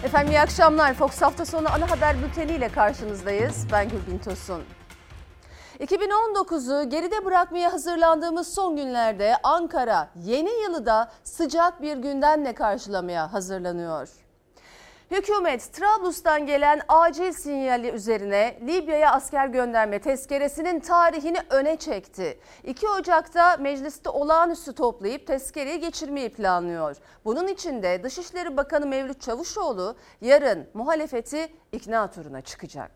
Efendim iyi akşamlar. Fox hafta sonu ana haber bülteniyle karşınızdayız. Ben Gülbin Tosun. 2019'u geride bırakmaya hazırlandığımız son günlerde Ankara yeni yılı da sıcak bir gündemle karşılamaya hazırlanıyor. Hükümet Trablus'tan gelen acil sinyali üzerine Libya'ya asker gönderme tezkeresinin tarihini öne çekti. 2 Ocak'ta mecliste olağanüstü toplayıp tezkereyi geçirmeyi planlıyor. Bunun için de Dışişleri Bakanı Mevlüt Çavuşoğlu yarın muhalefeti ikna turuna çıkacak.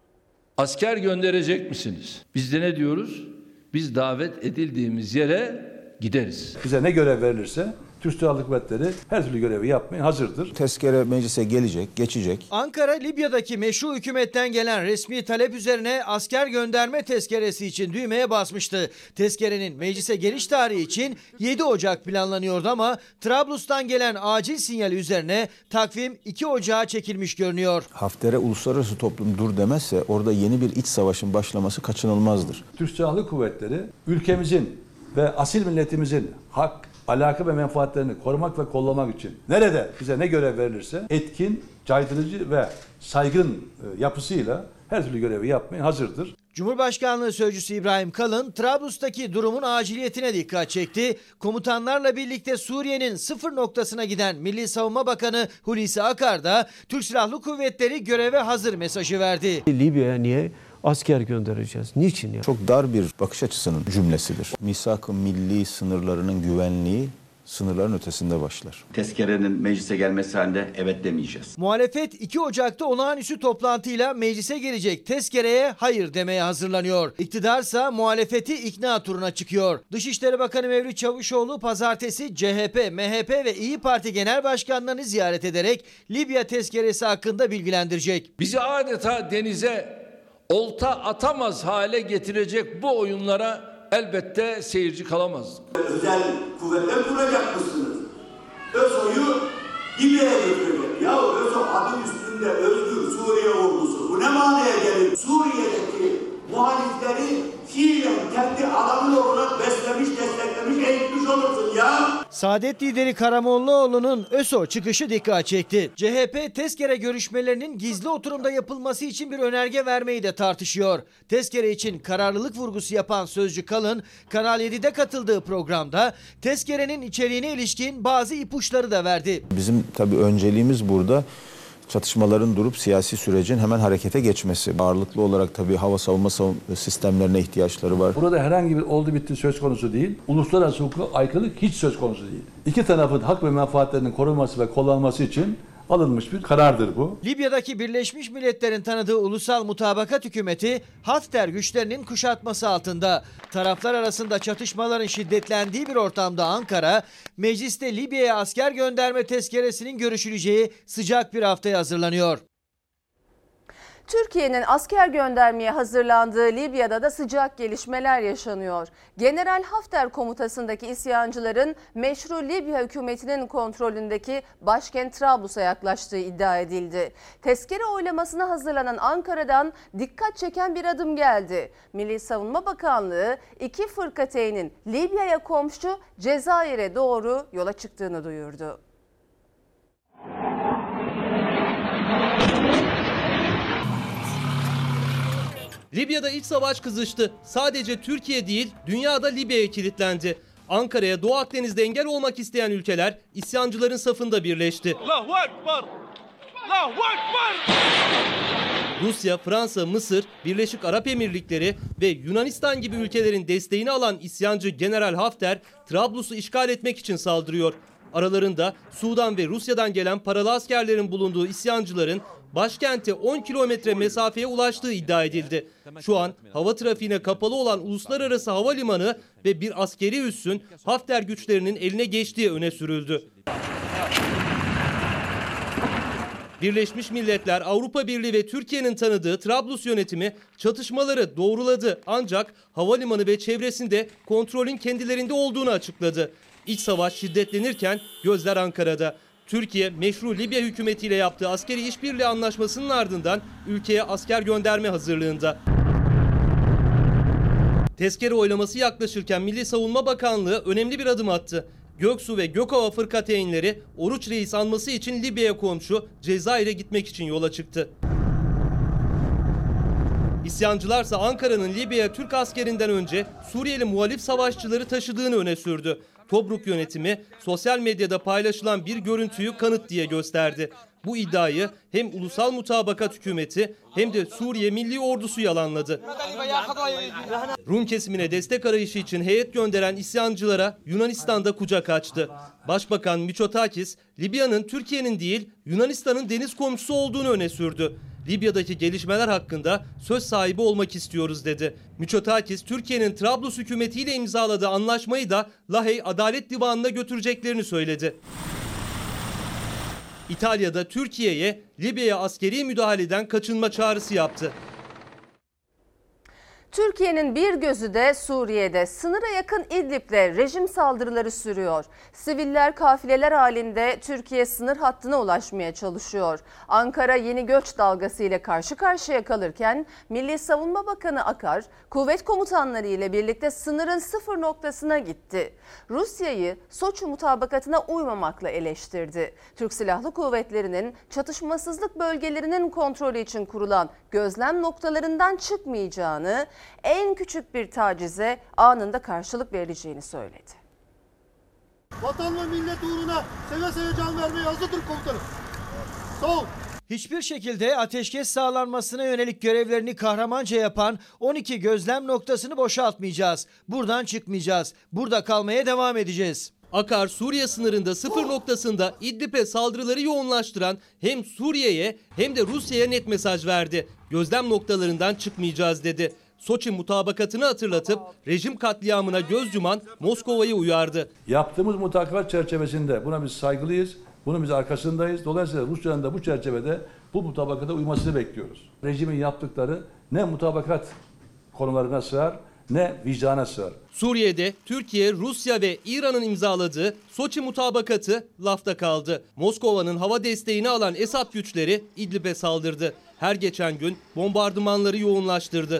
Asker gönderecek misiniz? Biz de ne diyoruz? Biz davet edildiğimiz yere gideriz. Bize ne görev verilirse Türk Silahlı Kuvvetleri her türlü görevi yapmaya hazırdır. Tezkere meclise gelecek, geçecek. Ankara, Libya'daki meşru hükümetten gelen resmi talep üzerine asker gönderme tezkeresi için düğmeye basmıştı. Tezkerenin meclise geliş tarihi için 7 Ocak planlanıyordu ama Trablus'tan gelen acil sinyali üzerine takvim 2 Ocak'a çekilmiş görünüyor. Hafter'e uluslararası toplum dur demezse orada yeni bir iç savaşın başlaması kaçınılmazdır. Türk Silahlı Kuvvetleri ülkemizin ve asil milletimizin hak, alaka ve menfaatlerini korumak ve kollamak için nerede bize ne görev verilirse etkin, caydırıcı ve saygın yapısıyla her türlü görevi yapmaya hazırdır. Cumhurbaşkanlığı Sözcüsü İbrahim Kalın, Trablus'taki durumun aciliyetine dikkat çekti. Komutanlarla birlikte Suriye'nin sıfır noktasına giden Milli Savunma Bakanı Hulusi Akar da Türk Silahlı Kuvvetleri göreve hazır mesajı verdi. Libya'ya niye asker göndereceğiz? Niçin ya? Çok dar bir bakış açısının cümlesidir. Misak-ı milli sınırlarının güvenliği sınırların ötesinde başlar. Tezkerenin meclise gelmesi halinde evet demeyeceğiz. Muhalefet 2 Ocak'ta olağanüstü toplantıyla meclise gelecek tezkereye hayır demeye hazırlanıyor. İktidarsa muhalefeti ikna turuna çıkıyor. Dışişleri Bakanı Mevlüt Çavuşoğlu pazartesi CHP, MHP ve İYİ Parti genel başkanlarını ziyaret ederek Libya tezkeresi hakkında bilgilendirecek. Bizi adeta denize olta atamaz hale getirecek bu oyunlara elbette seyirci kalamaz. Özel kuvvetler kuracak mısınız? ÖSO'yu Libya'ya götürecek. Ya ÖSO adı üstünde Özgür Suriye ordusu. Bu ne manaya gelir? Suriye'deki muhalifleri fiilen kendi adamın olarak beslemiş, desteklemiş, eğitmiş olursun ya. Saadet lideri Karamollaoğlu'nun ÖSO çıkışı dikkat çekti. CHP tezkere görüşmelerinin gizli oturumda yapılması için bir önerge vermeyi de tartışıyor. Tezkere için kararlılık vurgusu yapan Sözcü Kalın, Kanal 7'de katıldığı programda tezkerenin içeriğine ilişkin bazı ipuçları da verdi. Bizim tabii önceliğimiz burada çatışmaların durup siyasi sürecin hemen harekete geçmesi. Ağırlıklı olarak tabii hava savunma sistemlerine ihtiyaçları var. Burada herhangi bir oldu bitti söz konusu değil. Uluslararası hukuka aykırılık hiç söz konusu değil. İki tarafın hak ve menfaatlerinin korunması ve kullanılması için alınmış bir karardır bu. Libya'daki Birleşmiş Milletler'in tanıdığı Ulusal Mutabakat Hükümeti Hafter güçlerinin kuşatması altında. Taraflar arasında çatışmaların şiddetlendiği bir ortamda Ankara, mecliste Libya'ya asker gönderme tezkeresinin görüşüleceği sıcak bir haftaya hazırlanıyor. Türkiye'nin asker göndermeye hazırlandığı Libya'da da sıcak gelişmeler yaşanıyor. General Hafter komutasındaki isyancıların meşru Libya hükümetinin kontrolündeki başkent Trablus'a yaklaştığı iddia edildi. Tezkere oylamasına hazırlanan Ankara'dan dikkat çeken bir adım geldi. Milli Savunma Bakanlığı 2 fırkateynin Libya'ya komşu Cezayir'e doğru yola çıktığını duyurdu. Libya'da iç savaş kızıştı. Sadece Türkiye değil, dünyada Libya'ya kilitlendi. Ankara'ya Doğu Akdeniz'de engel olmak isteyen ülkeler isyancıların safında birleşti. Allahu Ekber! Allahu Ekber! Rusya, Fransa, Mısır, Birleşik Arap Emirlikleri ve Yunanistan gibi ülkelerin desteğini alan isyancı General Hafter, Trablus'u işgal etmek için saldırıyor. Aralarında Sudan ve Rusya'dan gelen paralı askerlerin bulunduğu isyancıların başkente 10 kilometre mesafeye ulaştığı iddia edildi. Şu an hava trafiğine kapalı olan uluslararası havalimanı ve bir askeri üssün Hafter güçlerinin eline geçtiği öne sürüldü. Birleşmiş Milletler, Avrupa Birliği ve Türkiye'nin tanıdığı Trablus yönetimi çatışmaları doğruladı ancak havalimanı ve çevresinde kontrolün kendilerinde olduğunu açıkladı. İç savaş şiddetlenirken gözler Ankara'da. Türkiye, meşru Libya hükümetiyle yaptığı askeri işbirliği anlaşmasının ardından ülkeye asker gönderme hazırlığında. Tezkere oylaması yaklaşırken Milli Savunma Bakanlığı önemli bir adım attı. Göksu ve Gökova fırkateynleri Oruç Reis anması için Libya'ya komşu Cezayir'e gitmek için yola çıktı. İsyancılarsa Ankara'nın Libya'ya Türk askerinden önce Suriyeli muhalif savaşçıları taşıdığını öne sürdü. Tobruk yönetimi sosyal medyada paylaşılan bir görüntüyü kanıt diye gösterdi. Bu iddiayı hem Ulusal Mutabakat Hükümeti hem de Suriye Milli Ordusu yalanladı. Rum kesimine destek arayışı için heyet gönderen isyancılara Yunanistan'da kucak açtı. Başbakan Mitsotakis, Libya'nın Türkiye'nin değil Yunanistan'ın deniz komşusu olduğunu öne sürdü. Libya'daki gelişmeler hakkında söz sahibi olmak istiyoruz dedi. Mitsotakis, Türkiye'nin Trablus hükümetiyle imzaladığı anlaşmayı da Lahey Adalet Divanı'na götüreceklerini söyledi. İtalya'da Türkiye'ye Libya'ya askeri müdahaleden kaçınma çağrısı yaptı. Türkiye'nin bir gözü de Suriye'de. Sınıra yakın İdlib'de rejim saldırıları sürüyor. Siviller kafileler halinde Türkiye sınır hattına ulaşmaya çalışıyor. Ankara yeni göç dalgası ile karşı karşıya kalırken Milli Savunma Bakanı Akar, kuvvet komutanları ile birlikte sınırın sıfır noktasına gitti. Rusya'yı Soçi mutabakatına uymamakla eleştirdi. Türk Silahlı Kuvvetleri'nin çatışmasızlık bölgelerinin kontrolü için kurulan gözlem noktalarından çıkmayacağını, en küçük bir tacize anında karşılık verileceğini söyledi. Vatan ve millet uğruna seve seve can vermeye hazırdır komutanım. Sağ ol. Hiçbir şekilde ateşkes sağlanmasına yönelik görevlerini kahramanca yapan 12 gözlem noktasını boşaltmayacağız. Buradan çıkmayacağız. Burada kalmaya devam edeceğiz. Akar, Suriye sınırında sıfır noktasında İdlib'e saldırıları yoğunlaştıran hem Suriye'ye hem de Rusya'ya net mesaj verdi. Gözlem noktalarından çıkmayacağız dedi. Soçi mutabakatını hatırlatıp rejim katliamına göz yuman Moskova'yı uyardı. Yaptığımız mutabakat çerçevesinde buna biz saygılıyız, bunun biz arkasındayız. Dolayısıyla Rusya'nın da bu çerçevede bu mutabakata uymasını bekliyoruz. Rejimin yaptıkları ne mutabakat konularına sığar ne vicdana sığar. Suriye'de Türkiye, Rusya ve İran'ın imzaladığı Soçi mutabakatı lafta kaldı. Moskova'nın hava desteğini alan Esad güçleri İdlib'e saldırdı. Her geçen gün bombardımanları yoğunlaştırdı.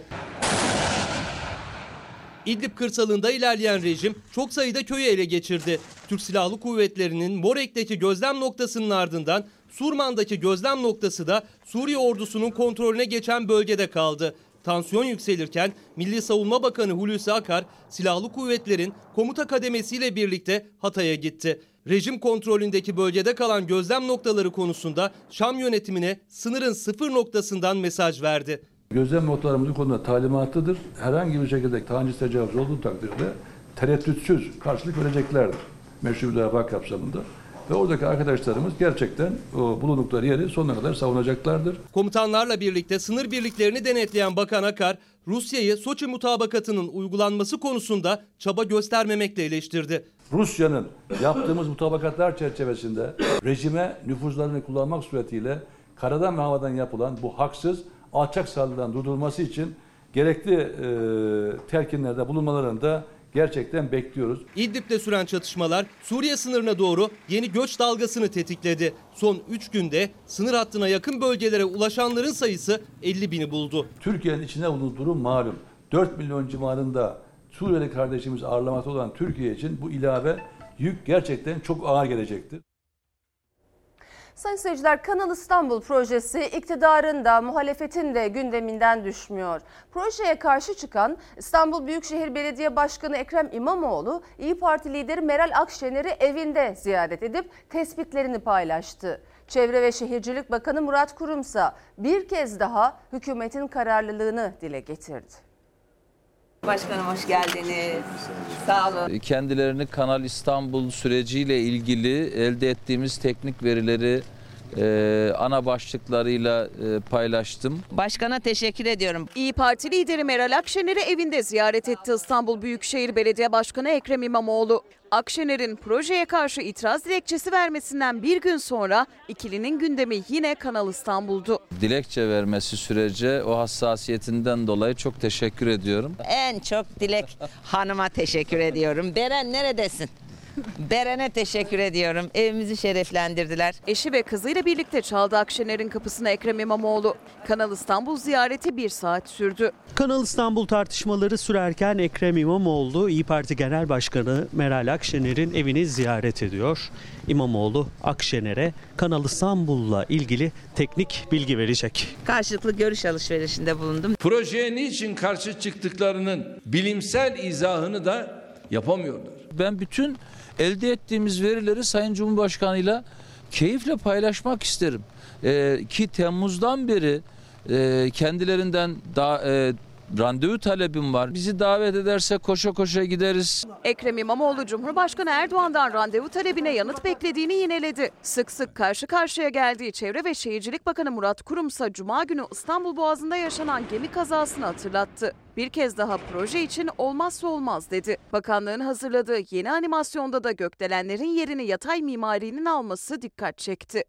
İdlib kırsalında ilerleyen rejim çok sayıda köyü ele geçirdi. Türk Silahlı Kuvvetleri'nin Morek'teki gözlem noktasının ardından Surman'daki gözlem noktası da Suriye ordusunun kontrolüne geçen bölgede kaldı. Tansiyon yükselirken Milli Savunma Bakanı Hulusi Akar, Silahlı Kuvvetlerin komuta kademesiyle birlikte Hatay'a gitti. Rejim kontrolündeki bölgede kalan gözlem noktaları konusunda Şam yönetimine sınırın sıfır noktasından mesaj verdi. Gözlem noktalarımız bu konuda talimatıdır. Herhangi bir şekilde taciz tecavüz olduğu takdirde tereddütsüz karşılık vereceklerdir. Meşru müdafaa kapsamında. Ve oradaki arkadaşlarımız gerçekten bulundukları yeri sonuna kadar savunacaklardır. Komutanlarla birlikte sınır birliklerini denetleyen Bakan Akar, Rusya'yı Soçi mutabakatının uygulanması konusunda çaba göstermemekle eleştirdi. Rusya'nın yaptığımız mutabakatlar çerçevesinde rejime nüfuzlarını kullanmak suretiyle karadan ve havadan yapılan bu haksız alçak saldırıdan durdurulması için gerekli telkinlerde bulunmalarını da gerçekten bekliyoruz. İdlib'de süren çatışmalar Suriye sınırına doğru yeni göç dalgasını tetikledi. Son 3 günde sınır hattına yakın bölgelere ulaşanların sayısı 50.000'i buldu. Türkiye'nin içinde bulunduğu durum malum. 4 milyon civarında Suriyeli kardeşimiz ağırlamakta olan Türkiye için bu ilave yük gerçekten çok ağır gelecektir. Sayın seyirciler, Kanal İstanbul projesi iktidarın da muhalefetin de gündeminden düşmüyor. Projeye karşı çıkan İstanbul Büyükşehir Belediye Başkanı Ekrem İmamoğlu, İYİ Parti lideri Meral Akşener'i evinde ziyaret edip tespitlerini paylaştı. Çevre ve Şehircilik Bakanı Murat Kurumsa bir kez daha hükümetin kararlılığını dile getirdi. Başkanım hoş geldiniz. Sağ olun. Kendilerini Kanal İstanbul süreciyle ilgili elde ettiğimiz teknik verileri ana başlıklarıyla paylaştım. Başkana teşekkür ediyorum. İYİ Parti lideri Meral Akşener'i evinde ziyaret etti İstanbul Büyükşehir Belediye Başkanı Ekrem İmamoğlu. Akşener'in projeye karşı itiraz dilekçesi vermesinden bir gün sonra ikilinin gündemi yine Kanal İstanbul'du. Dilekçe vermesi sürece o hassasiyetinden dolayı çok teşekkür ediyorum. En çok Dilek Hanım'a teşekkür ediyorum. Beren neredesin? Beren'e teşekkür ediyorum. Evimizi şereflendirdiler. Eşi ve kızıyla birlikte çaldı Akşener'in kapısına Ekrem İmamoğlu. Kanal İstanbul ziyareti 1 saat sürdü. Kanal İstanbul tartışmaları sürerken Ekrem İmamoğlu, İYİ Parti Genel Başkanı Meral Akşener'in evini ziyaret ediyor. İmamoğlu, Akşener'e Kanal İstanbul'la ilgili teknik bilgi verecek. Karşılıklı görüş alışverişinde bulundum. Projeye niçin karşı çıktıklarının bilimsel izahını da yapamıyorlar. Ben bütün elde ettiğimiz verileri Sayın Cumhurbaşkanı'yla keyifle paylaşmak isterim. Ki Temmuz'dan beri kendilerinden randevu talebim var. Bizi davet ederse koşa koşa gideriz. Ekrem İmamoğlu Cumhurbaşkanı Erdoğan'dan randevu talebine yanıt beklediğini yineledi. Sık sık karşı karşıya geldiği Çevre ve Şehircilik Bakanı Murat Kurumsa Cuma günü İstanbul Boğazı'nda yaşanan gemi kazasını hatırlattı. Bir kez daha proje için olmazsa olmaz dedi. Bakanlığın hazırladığı yeni animasyonda da gökdelenlerin yerini yatay mimarinin alması dikkat çekti.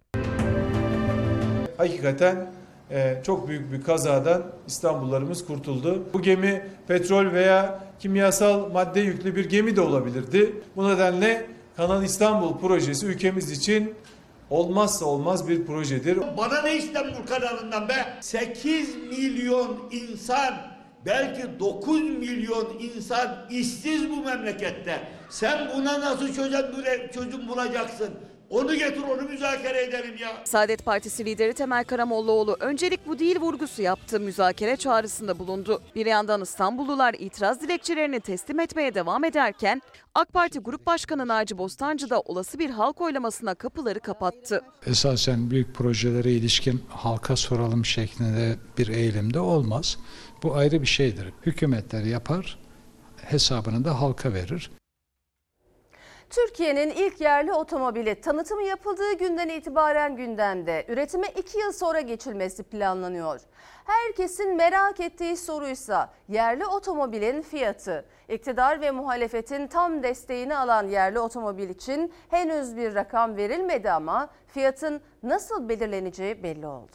Hakikaten çok büyük bir kazadan İstanbullularımız kurtuldu. Bu gemi petrol veya kimyasal madde yüklü bir gemi de olabilirdi. Bu nedenle Kanal İstanbul projesi ülkemiz için olmazsa olmaz bir projedir. Bana ne İstanbul kanalından be? 8 milyon insan, belki 9 milyon insan işsiz bu memlekette. Sen buna nasıl çözüm bulacaksın? Onu getir, onu müzakere edelim ya. Saadet Partisi lideri Temel Karamollaoğlu öncelik bu değil vurgusu yaptı, müzakere çağrısında bulundu. Bir yandan İstanbullular itiraz dilekçelerini teslim etmeye devam ederken AK Parti Grup Başkanı Naci Bostancı da olası bir halk oylamasına kapıları kapattı. Esasen büyük projelere ilişkin halka soralım şeklinde bir eğilimde olmaz. Bu ayrı bir şeydir. Hükümetler yapar, hesabını da halka verir. Türkiye'nin ilk yerli otomobili tanıtımı yapıldığı günden itibaren gündemde. Üretime 2 yıl sonra geçilmesi planlanıyor. Herkesin merak ettiği soruysa yerli otomobilin fiyatı. İktidar ve muhalefetin tam desteğini alan yerli otomobil için henüz bir rakam verilmedi ama fiyatın nasıl belirleneceği belli oldu.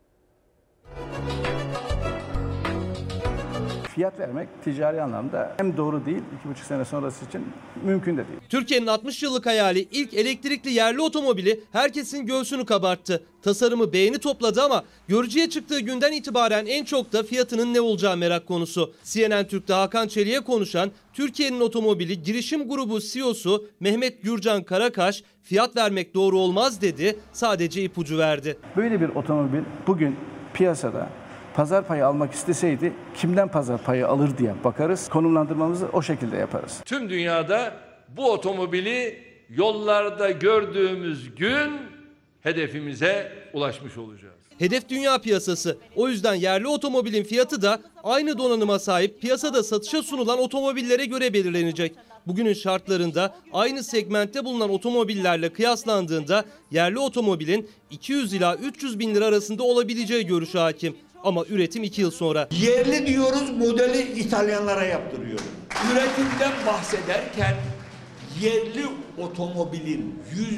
Fiyat vermek ticari anlamda hem doğru değil, 2,5 sene sonrası için mümkün de değil. Türkiye'nin 60 yıllık hayali ilk elektrikli yerli otomobili herkesin göğsünü kabarttı. Tasarımı beğeni topladı ama görücüye çıktığı günden itibaren en çok da fiyatının ne olacağı merak konusu. CNN Türk'te Hakan Çelik'e konuşan Türkiye'nin otomobili girişim grubu CEO'su Mehmet Gürcan Karakaş fiyat vermek doğru olmaz dedi, sadece ipucu verdi. Böyle bir otomobil bugün piyasada pazar payı almak isteseydi kimden pazar payı alır diye bakarız. Konumlandırmamızı o şekilde yaparız. Tüm dünyada bu otomobili yollarda gördüğümüz gün hedefimize ulaşmış olacağız. Hedef dünya piyasası. O yüzden yerli otomobilin fiyatı da aynı donanıma sahip piyasada satışa sunulan otomobillere göre belirlenecek. Bugünün şartlarında aynı segmentte bulunan otomobillerle kıyaslandığında yerli otomobilin 200 ila 300 bin lira arasında olabileceği görüşü hakim. Ama üretim 2 yıl sonra. Yerli diyoruz, modeli İtalyanlara yaptırıyoruz. Üretimden bahsederken yerli otomobilin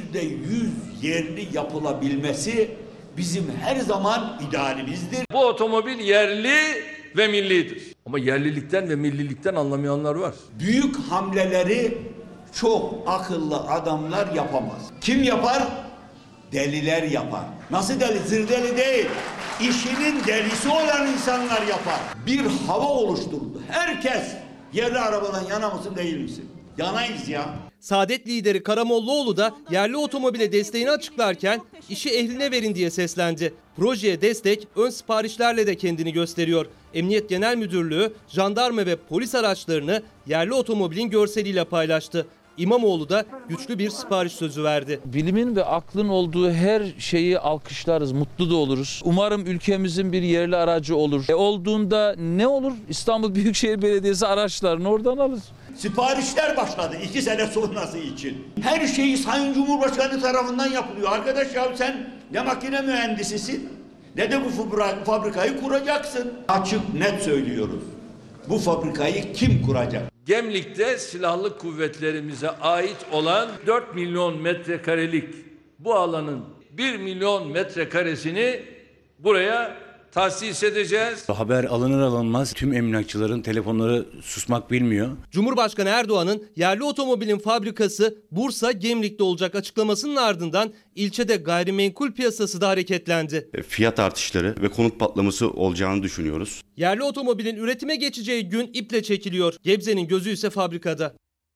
%100 yerli yapılabilmesi bizim her zaman idealimizdir. Bu otomobil yerli ve millidir. Ama yerlilikten ve millilikten anlamayanlar var. Büyük hamleleri çok akıllı adamlar yapamaz. Kim yapar? Deliler yapar. Nasıl deli? Zırdeli değil. İşinin delisi olan insanlar yapar. Bir hava oluşturuldu. Herkes yerli arabadan yana mısın değil misin? Yanayız ya. Saadet lideri Karamollaoğlu da yerli otomobile desteğini açıklarken işi ehline verin diye seslendi. Projeye destek ön siparişlerle de kendini gösteriyor. Emniyet Genel Müdürlüğü, jandarma ve polis araçlarını yerli otomobilin görseliyle paylaştı. İmamoğlu da güçlü bir sipariş sözü verdi. Bilimin ve aklın olduğu her şeyi alkışlarız, mutlu da oluruz. Umarım ülkemizin bir yerli aracı olur. Olduğunda ne olur? İstanbul Büyükşehir Belediyesi araçlarını oradan alır. Siparişler başladı 2 sene sonrası için. Her şey Sayın Cumhurbaşkanı tarafından yapılıyor. Arkadaş ya sen ne makine mühendisisin ne de bu fabrikayı kuracaksın. Açık net söylüyoruz. Bu fabrikayı kim kuracak? Gemlik'te silahlı kuvvetlerimize ait olan 4 milyon metrekarelik bu alanın 1 milyon metrekaresini buraya tahsis edeceğiz. Haber alınır alınmaz tüm emlakçıların telefonları susmak bilmiyor. Cumhurbaşkanı Erdoğan'ın yerli otomobilin fabrikası Bursa Gemlik'te olacak açıklamasının ardından ilçede gayrimenkul piyasası da hareketlendi. Fiyat artışları ve konut patlaması olacağını düşünüyoruz. Yerli otomobilin üretime geçeceği gün iple çekiliyor. Gebze'nin gözü ise fabrikada.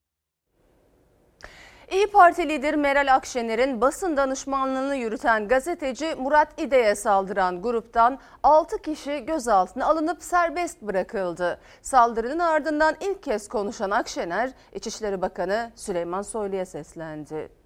İYİ Parti lideri Meral Akşener'in basın danışmanlığını yürüten gazeteci Murat İde'ye saldıran gruptan 6 kişi gözaltına alınıp serbest bırakıldı. Saldırının ardından ilk kez konuşan Akşener, İçişleri Bakanı Süleyman Soylu'ya seslendi.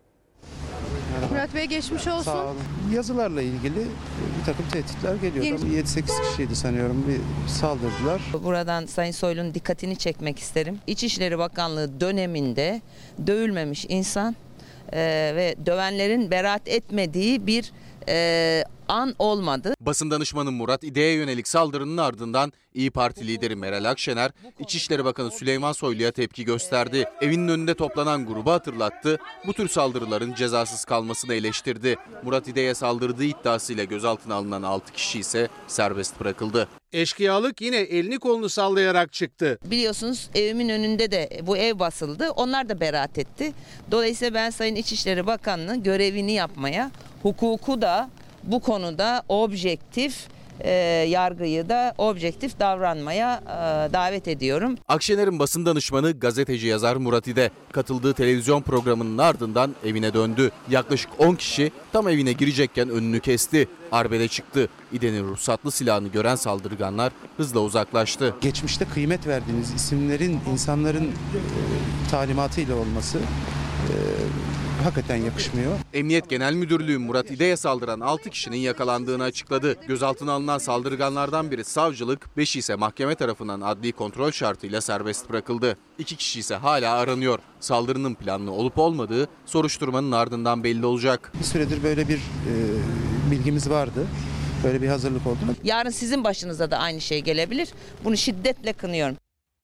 Murat Bey geçmiş olsun. Sağ olun. Yazılarla ilgili bir takım tehditler geliyor. 7-8 kişiydi sanıyorum, bir saldırdılar. Buradan Sayın Soylu'nun dikkatini çekmek isterim. İçişleri Bakanlığı döneminde dövülmemiş insan ve dövenlerin beraat etmediği bir an olmadı. Basın danışmanı Murat İde'ye yönelik saldırının ardından İYİ Parti lideri Meral Akşener, İçişleri Bakanı Süleyman Soylu'ya tepki gösterdi. Evinin önünde toplanan grubu hatırlattı. Bu tür saldırıların cezasız kalmasını eleştirdi. Murat İde'ye saldırdığı iddiasıyla gözaltına alınan 6 kişi ise serbest bırakıldı. Eşkıyalık yine elini kolunu sallayarak çıktı. Biliyorsunuz evimin önünde de bu ev basıldı. Onlar da beraat etti. Dolayısıyla ben Sayın İçişleri Bakanı'nın görevini yapmaya, hukuku da bu konuda objektif, yargıyı da objektif davranmaya davet ediyorum. Akşener'in basın danışmanı gazeteci yazar Murat İde katıldığı televizyon programının ardından evine döndü. Yaklaşık 10 kişi tam evine girecekken önünü kesti. Arbede çıktı. İde'nin ruhsatlı silahını gören saldırganlar hızla uzaklaştı. Geçmişte kıymet verdiğiniz isimlerin insanların talimatıyla olması hakikaten yakışmıyor. Emniyet Genel Müdürlüğü Murat İde'ye saldıran 6 kişinin yakalandığını açıkladı. Gözaltına alınan saldırganlardan biri savcılık, 5'i ise mahkeme tarafından adli kontrol şartıyla serbest bırakıldı. 2 kişi ise hala aranıyor. Saldırının planlı olup olmadığı soruşturmanın ardından belli olacak. Bir süredir böyle bir bilgimiz vardı. Böyle bir hazırlık oldu. Yarın sizin başınıza da aynı şey gelebilir. Bunu şiddetle kınıyorum.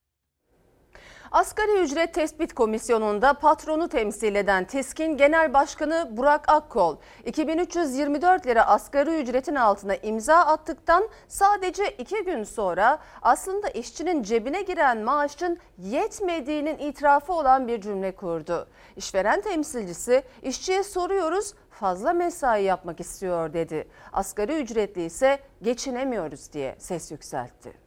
Asgari Ücret Tespit Komisyonu'nda patronu temsil eden TİSK'in Genel Başkanı Burak Akkol, 2324 lira asgari ücretin altına imza attıktan sadece 2 gün sonra aslında işçinin cebine giren maaşın yetmediğinin itirafı olan bir cümle kurdu. İşveren temsilcisi, işçiye soruyoruz, fazla mesai yapmak istiyor dedi. Asgari ücretli ise geçinemiyoruz diye ses yükseltti.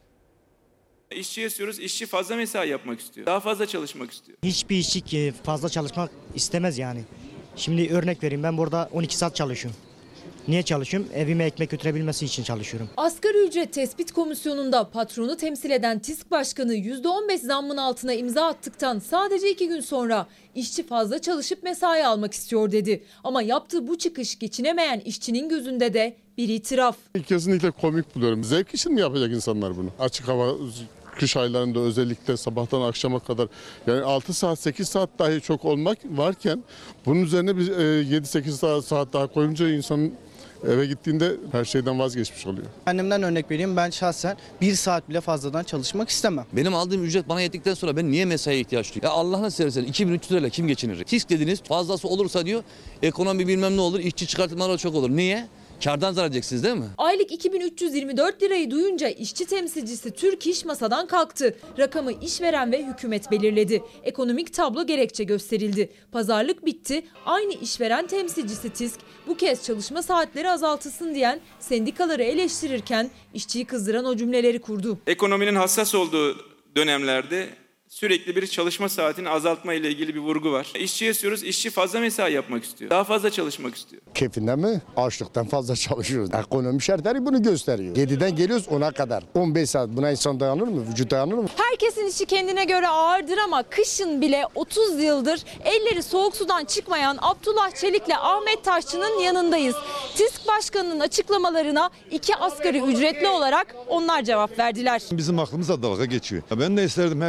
İşçiye istiyoruz, işçi fazla mesai yapmak istiyor. Daha fazla çalışmak istiyor. Hiçbir işçi fazla çalışmak istemez yani. Şimdi örnek vereyim, ben burada 12 saat çalışıyorum. Niye çalışıyorum? Evime ekmek götürebilmesi için çalışıyorum. Asgari Ücret Tespit Komisyonu'nda patronu temsil eden TİSK Başkanı %15 zammın altına imza attıktan sadece 2 gün sonra işçi fazla çalışıp mesai almak istiyor dedi. Ama yaptığı bu çıkış geçinemeyen işçinin gözünde de bir itiraf. Kesinlikle komik buluyorum. Zevk için mi yapacak insanlar bunu? Açık hava, kış aylarında özellikle sabahtan akşama kadar yani 6 saat 8 saat dahi çok olmak varken bunun üzerine bir 7-8 saat daha koyunca insanın eve gittiğinde her şeyden vazgeçmiş oluyor. Annemden örnek vereyim, ben şahsen 1 saat bile fazladan çalışmak istemem. Benim aldığım ücret bana yettikten sonra ben niye mesaiye ihtiyaç duyuyorum? Ya Allah'ını seversen 2300 lirayla kim geçinir? TİSK dediniz, fazlası olursa diyor ekonomi bilmem ne olur, işçi çıkartmaları çok olur. Niye? Kârdan zarar edeceksiniz değil mi? Aylık 2324 lirayı duyunca işçi temsilcisi Türk İş masadan kalktı. Rakamı işveren ve hükümet belirledi. Ekonomik tablo gerekçe gösterildi. Pazarlık bitti. Aynı işveren temsilcisi TİSK bu kez çalışma saatleri azaltılsın diyen sendikaları eleştirirken işçiyi kızdıran o cümleleri kurdu. Ekonominin hassas olduğu dönemlerde sürekli bir çalışma saatini azaltma ile ilgili bir vurgu var. İşçiye istiyoruz, işçi fazla mesai yapmak istiyor. Daha fazla çalışmak istiyor. Keyfinden mi? Açlıktan fazla çalışıyoruz. Ekonomi şartları bunu gösteriyor. 7'den geliyoruz 10'a kadar. 15 saat buna insan dayanır mı? Vücut dayanır mı? Herkesin işi kendine göre ağırdır ama kışın bile 30 yıldır elleri soğuk sudan çıkmayan Abdullah Çelik'le Ahmet Taşçı'nın yanındayız. TİSK Başkanı'nın açıklamalarına 2 asgari ücretli olarak onlar cevap verdiler. Bizim aklımıza dalga geçiyor. Ben de isterdim herkes gibi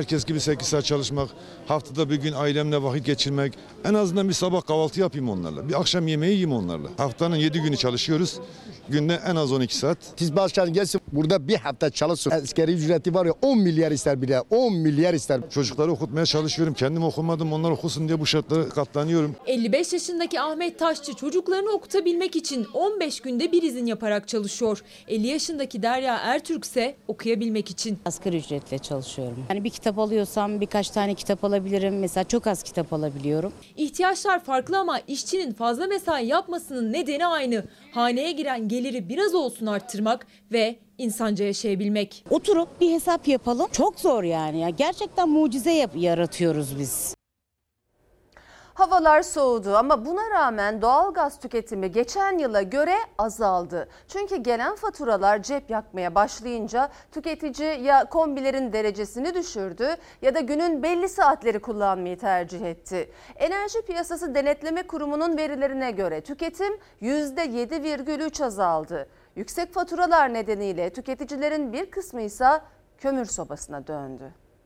7-8 saat çalışmak, haftada bir gün ailemle vakit geçirmek, en azından bir sabah kahvaltı yapayım onlarla, bir akşam yemeği yiyeyim onlarla. Haftanın 7 günü çalışıyoruz, günde en az 12 saat. Siz başkan gelsin burada bir hafta çalışsın. Asgari ücreti var ya 10 milyar ister bile, 10 milyar ister. Çocukları okutmaya çalışıyorum, kendim okumadım, onlar okusun diye bu şartlara katlanıyorum. 55 yaşındaki Ahmet Taşçı çocuklarını okutabilmek için 15 günde bir izin yaparak çalışıyor. 50 yaşındaki Derya Ertürk ise okuyabilmek için. Asgari ücretle çalışıyorum. Yani bir kitap alıyorsam birkaç tane kitap alabilirim. Mesela çok az kitap alabiliyorum. İhtiyaçlar farklı ama işçinin fazla mesai yapmasının nedeni aynı. Haneye giren geliri biraz olsun arttırmak ve insanca yaşayabilmek. Oturup bir hesap yapalım. Çok zor yani. Ya gerçekten mucize yaratıyoruz biz. Havalar soğudu ama buna rağmen doğalgaz tüketimi geçen yıla göre azaldı. Çünkü gelen faturalar cep yakmaya başlayınca tüketici ya kombilerin derecesini düşürdü ya da günün belli saatleri kullanmayı tercih etti. Enerji Piyasası Denetleme Kurumu'nun verilerine göre tüketim %7,3 azaldı. Yüksek faturalar nedeniyle tüketicilerin bir kısmı ise kömür sobasına döndü.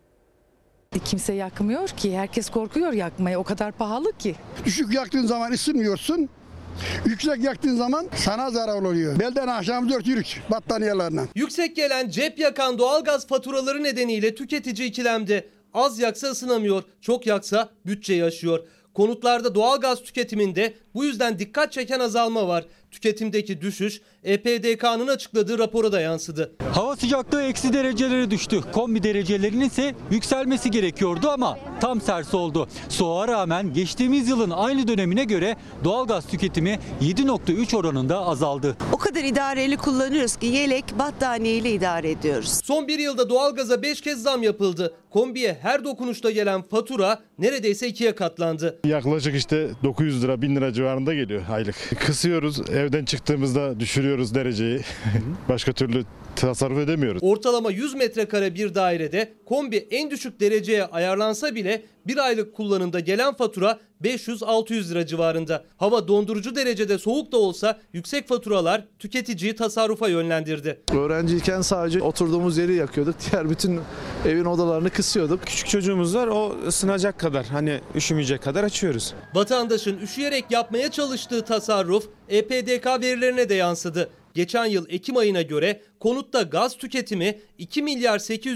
Kimse yakmıyor ki. Herkes korkuyor yakmaya. O kadar pahalı ki. Düşük yaktığın zaman ısınmıyorsun. Yüksek yaktığın zaman sana zarar oluyor. Belden aşağı 4 yürük battaniyelerle. Yüksek gelen cep yakan doğalgaz faturaları nedeniyle tüketici ikilemde. Az yaksa ısınamıyor, çok yaksa bütçeyi aşıyor. Konutlarda doğalgaz tüketiminde bu yüzden dikkat çeken azalma var. Tüketimdeki düşüş EPDK'nın açıkladığı rapora da yansıdı. Hava sıcaklığı eksi derecelere düştü. Kombi derecelerinin ise yükselmesi gerekiyordu ama tam tersi oldu. Soğuğa rağmen geçtiğimiz yılın aynı dönemine göre doğalgaz tüketimi 7,3 oranında azaldı. O kadar idareli kullanıyoruz ki yelek, battaniyeyle idare ediyoruz. Son bir yılda doğalgaza 5 kez zam yapıldı. Kombiye her dokunuşta gelen fatura neredeyse 2'ye katlandı. Yaklaşık işte 900 lira 1000 lira civarında geliyor aylık. Kısıyoruz, evden çıktığımızda düşürüyoruz dereceyi. Başka türlü tasarruf edemiyoruz. Ortalama 100 metrekare bir dairede kombi en düşük dereceye ayarlansa bile bir aylık kullanımda gelen fatura 500-600 lira civarında. Hava dondurucu derecede soğuk da olsa yüksek faturalar tüketiciyi tasarrufa yönlendirdi. Öğrenciyken sadece oturduğumuz yeri yakıyorduk. Diğer bütün evin odalarını kısıyorduk. Küçük çocuğumuz var, o ısınacak kadar, hani üşümeyecek kadar açıyoruz. Vatandaşın üşüyerek yapmaya çalıştığı tasarruf EPDK verilerine de yansıdı. Geçen yıl Ekim ayına göre konutta gaz tüketimi 2 milyar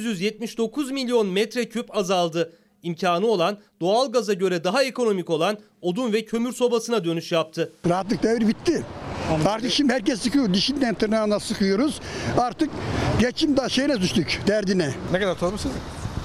879 milyon metreküp azaldı. İmkanı olan, doğalgaza göre daha ekonomik olan odun ve kömür sobasına dönüş yaptı. Rahatlık devri bitti. Artık şimdi herkes sıkıyor. Dişinden tırnağına sıkıyoruz. Artık geçim da şeyine düştük derdine. Ne kadar sormuşsunuz?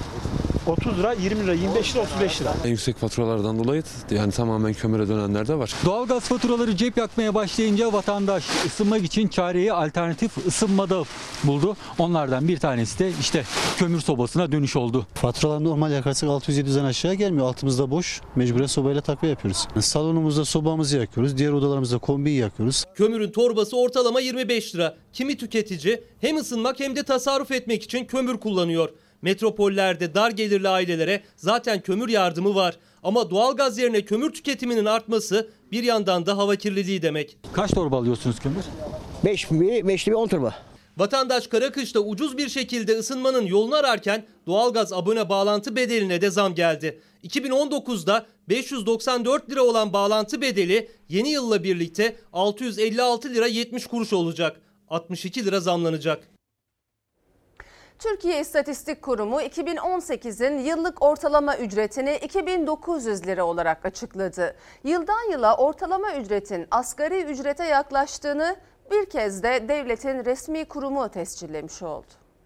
30 lira, 20 lira, 25 lira, 35 lira. En yüksek faturalardan dolayı yani tamamen kömüre dönenler de var. Doğalgaz faturaları cep yakmaya başlayınca vatandaş ısınmak için çareyi alternatif ısınmada buldu. Onlardan bir tanesi de işte kömür sobasına dönüş oldu. Faturalar normal yakarsak 600-700'den aşağı gelmiyor. Altımızda boş. Mecburen sobayla takviye yapıyoruz. Salonumuzda sobamızı yakıyoruz. Diğer odalarımızda kombiyi yakıyoruz. Kömürün torbası ortalama 25 lira. Kimi tüketici hem ısınmak hem de tasarruf etmek için kömür kullanıyor. Metropollerde dar gelirli ailelere zaten kömür yardımı var. Ama doğalgaz yerine kömür tüketiminin artması bir yandan da hava kirliliği demek. Kaç torba alıyorsunuz kömür? 5'li 10 torba. Vatandaş Karakış'ta ucuz bir şekilde ısınmanın yolunu ararken doğalgaz abone bağlantı bedeline de zam geldi. 2019'da 594 lira olan bağlantı bedeli yeni yılla birlikte 656 lira 70 kuruş olacak. 62 lira zamlanacak. Türkiye İstatistik Kurumu 2018'in yıllık ortalama ücretini 2900 lira olarak açıkladı. Yıldan yıla ortalama ücretin asgari ücrete yaklaştığını bir kez de devletin resmi kurumu tescillemiş oldu.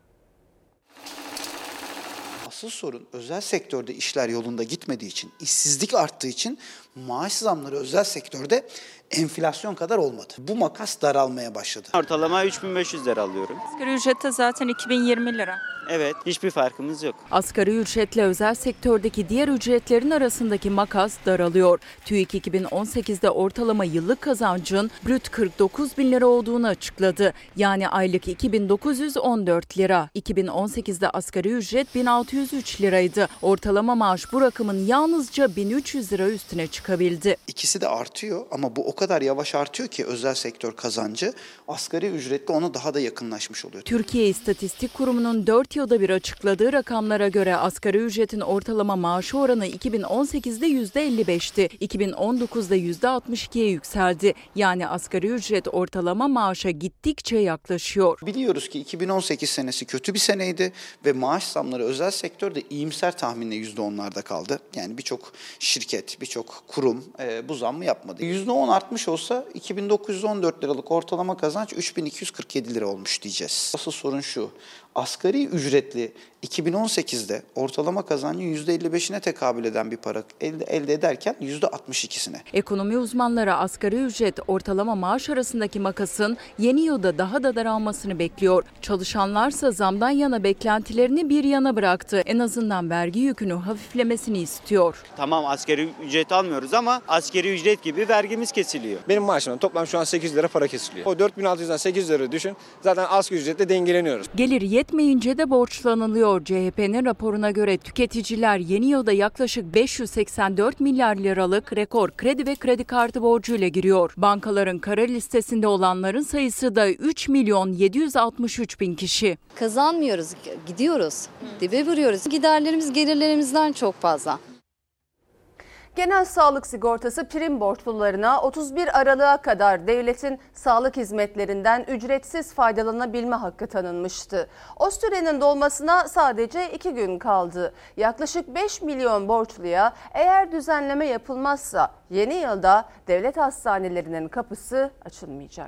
Asıl sorun özel sektörde işler yolunda gitmediği için, işsizlik arttığı için maaş zamları özel sektörde enflasyon kadar olmadı. Bu makas daralmaya başladı. Ortalama 3500 lira alıyorum. Asgari ücrette zaten 2020 lira. Evet, hiçbir farkımız yok. Asgari ücretle özel sektördeki diğer ücretlerin arasındaki makas daralıyor. TÜİK 2018'de ortalama yıllık kazancın brüt 49 bin lira olduğunu açıkladı. Yani aylık 2914 lira. 2018'de asgari ücret 1603 liraydı. Ortalama maaş bu rakamın yalnızca 1300 lira üstüne çıktı. çıkabildi. İkisi de artıyor ama bu o kadar yavaş artıyor ki özel sektör kazancı asgari ücretle ona daha da yakınlaşmış oluyor. Türkiye İstatistik Kurumu'nun 4 yılda bir açıkladığı rakamlara göre asgari ücretin ortalama maaşı oranı 2018'de %55'ti. 2019'da %62'ye yükseldi. Yani asgari ücret ortalama maaşa gittikçe yaklaşıyor. Biliyoruz ki 2018 senesi kötü bir seneydi ve maaş zamları özel sektörde iyimser tahminle %10'larda kaldı. Yani birçok şirket, birçok kurum bu zammı yapmadı. %10 artmış olsa 2914 liralık ortalama kazanç 3247 lira olmuş diyeceğiz. Asıl sorun şu, asgari ücretli 2018'de ortalama kazancın %55'ine tekabül eden bir para elde ederken %62'sine. Ekonomi uzmanları asgari ücret ortalama maaş arasındaki makasın yeni yılda daha da daralmasını bekliyor. Çalışanlarsa zamdan yana beklentilerini bir yana bıraktı. En azından vergi yükünü hafiflemesini istiyor. Tamam asgari ücret almıyoruz ama asgari ücret gibi vergimiz kesiliyor. Benim maaşımdan toplam şu an 8 lira para kesiliyor. O 4600'den 8 lira düşün. Zaten asgari ücretle dengeleniyoruz. Gelir yetmeyince de borçlanılıyor. CHP'nin raporuna göre tüketiciler yeni yılda yaklaşık 584 milyar liralık rekor kredi ve kredi kartı borcuyla giriyor. Bankaların kara listesinde olanların sayısı da 3.763.000 kişi. Kazanmıyoruz, gidiyoruz, dibe vuruyoruz. Giderlerimiz gelirlerimizden çok fazla. Genel sağlık sigortası prim borçlularına 31 Aralık'a kadar devletin sağlık hizmetlerinden ücretsiz faydalanabilme hakkı tanınmıştı. O sürenin dolmasına sadece 2 gün kaldı. Yaklaşık 5 milyon borçluya eğer düzenleme yapılmazsa yeni yılda devlet hastanelerinin kapısı açılmayacak.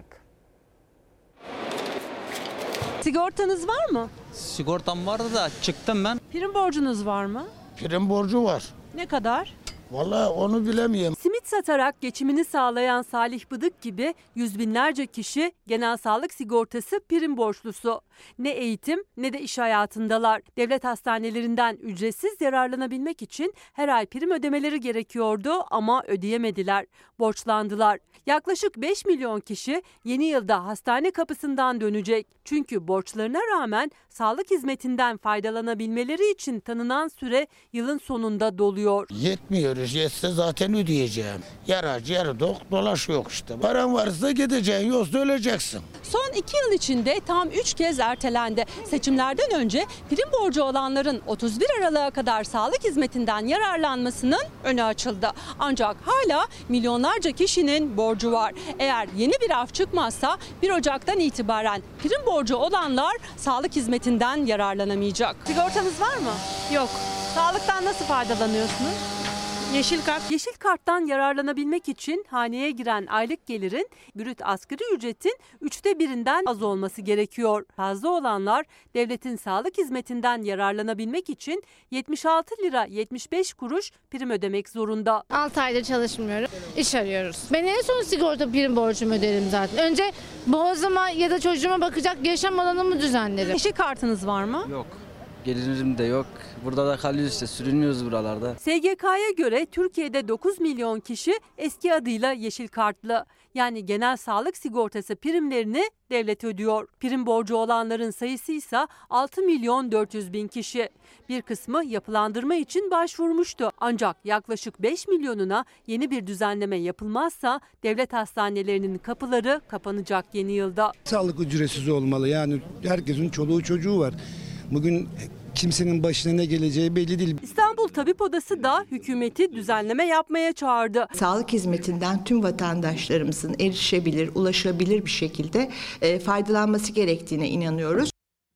Sigortanız var mı? Sigortam vardı da çıktım ben. Prim borcunuz var mı? Prim borcu var. Ne kadar? Vallahi onu bilemiyorum. Simit satarak geçimini sağlayan Salih Bıdık gibi yüz binlerce kişi genel sağlık sigortası prim borçlusu. Ne eğitim ne de iş hayatındalar. Devlet hastanelerinden ücretsiz yararlanabilmek için her ay prim ödemeleri gerekiyordu ama ödeyemediler. Borçlandılar. Yaklaşık 5 milyon kişi yeni yılda hastane kapısından dönecek. Çünkü borçlarına rağmen sağlık hizmetinden faydalanabilmeleri için tanınan süre yılın sonunda doluyor. Yetmiyor. Yetse zaten ödeyeceğim. Yaracı yarı dolaşıyor işte. Paran varsa gideceksin, yoksa öleceksin. Son 2 yıl içinde tam 3 kez ertelendi. Seçimlerden önce prim borcu olanların 31 Aralık'a kadar sağlık hizmetinden yararlanmasının önü açıldı. Ancak hala milyonlarca kişinin borcu var. Eğer yeni bir af çıkmazsa 1 Ocak'tan itibaren prim borcu olanlar sağlık hizmetinden yararlanamayacak. Sigortanız var mı? Yok. Sağlıktan nasıl faydalanıyorsunuz? Yeşil Kart. Yeşil Kart'tan yararlanabilmek için haneye giren aylık gelirin brüt asgari ücretin 1/3'ünden az olması gerekiyor. Fazla olanlar devletin sağlık hizmetinden yararlanabilmek için 76 lira 75 kuruş prim ödemek zorunda. 6 aydır çalışmıyorum. İş arıyoruz. Ben en son sigorta prim borcumu öderim zaten. Önce boğazıma ya da çocuğuma bakacak yaşam alanımı düzenlerim. Yeşil Kartınız var mı? Yok. Gelirim de yok. Burada da kalıyoruz işte, sürünüyoruz buralarda. SGK'ya göre Türkiye'de 9 milyon kişi eski adıyla yeşil kartlı. Yani genel sağlık sigortası primlerini devlet ödüyor. Prim borcu olanların sayısı ise 6 milyon 400 bin kişi. Bir kısmı yapılandırma için başvurmuştu. Ancak yaklaşık 5 milyonuna yeni bir düzenleme yapılmazsa devlet hastanelerinin kapıları kapanacak yeni yılda. Sağlık ücretsiz olmalı. Yani herkesin çoluğu çocuğu var. Bugün kimsenin başına ne geleceği belli değil. İstanbul Tabip Odası da hükümeti düzenleme yapmaya çağırdı. Sağlık hizmetinden tüm vatandaşlarımızın erişebilir, ulaşabilir bir şekilde faydalanması gerektiğine inanıyoruz.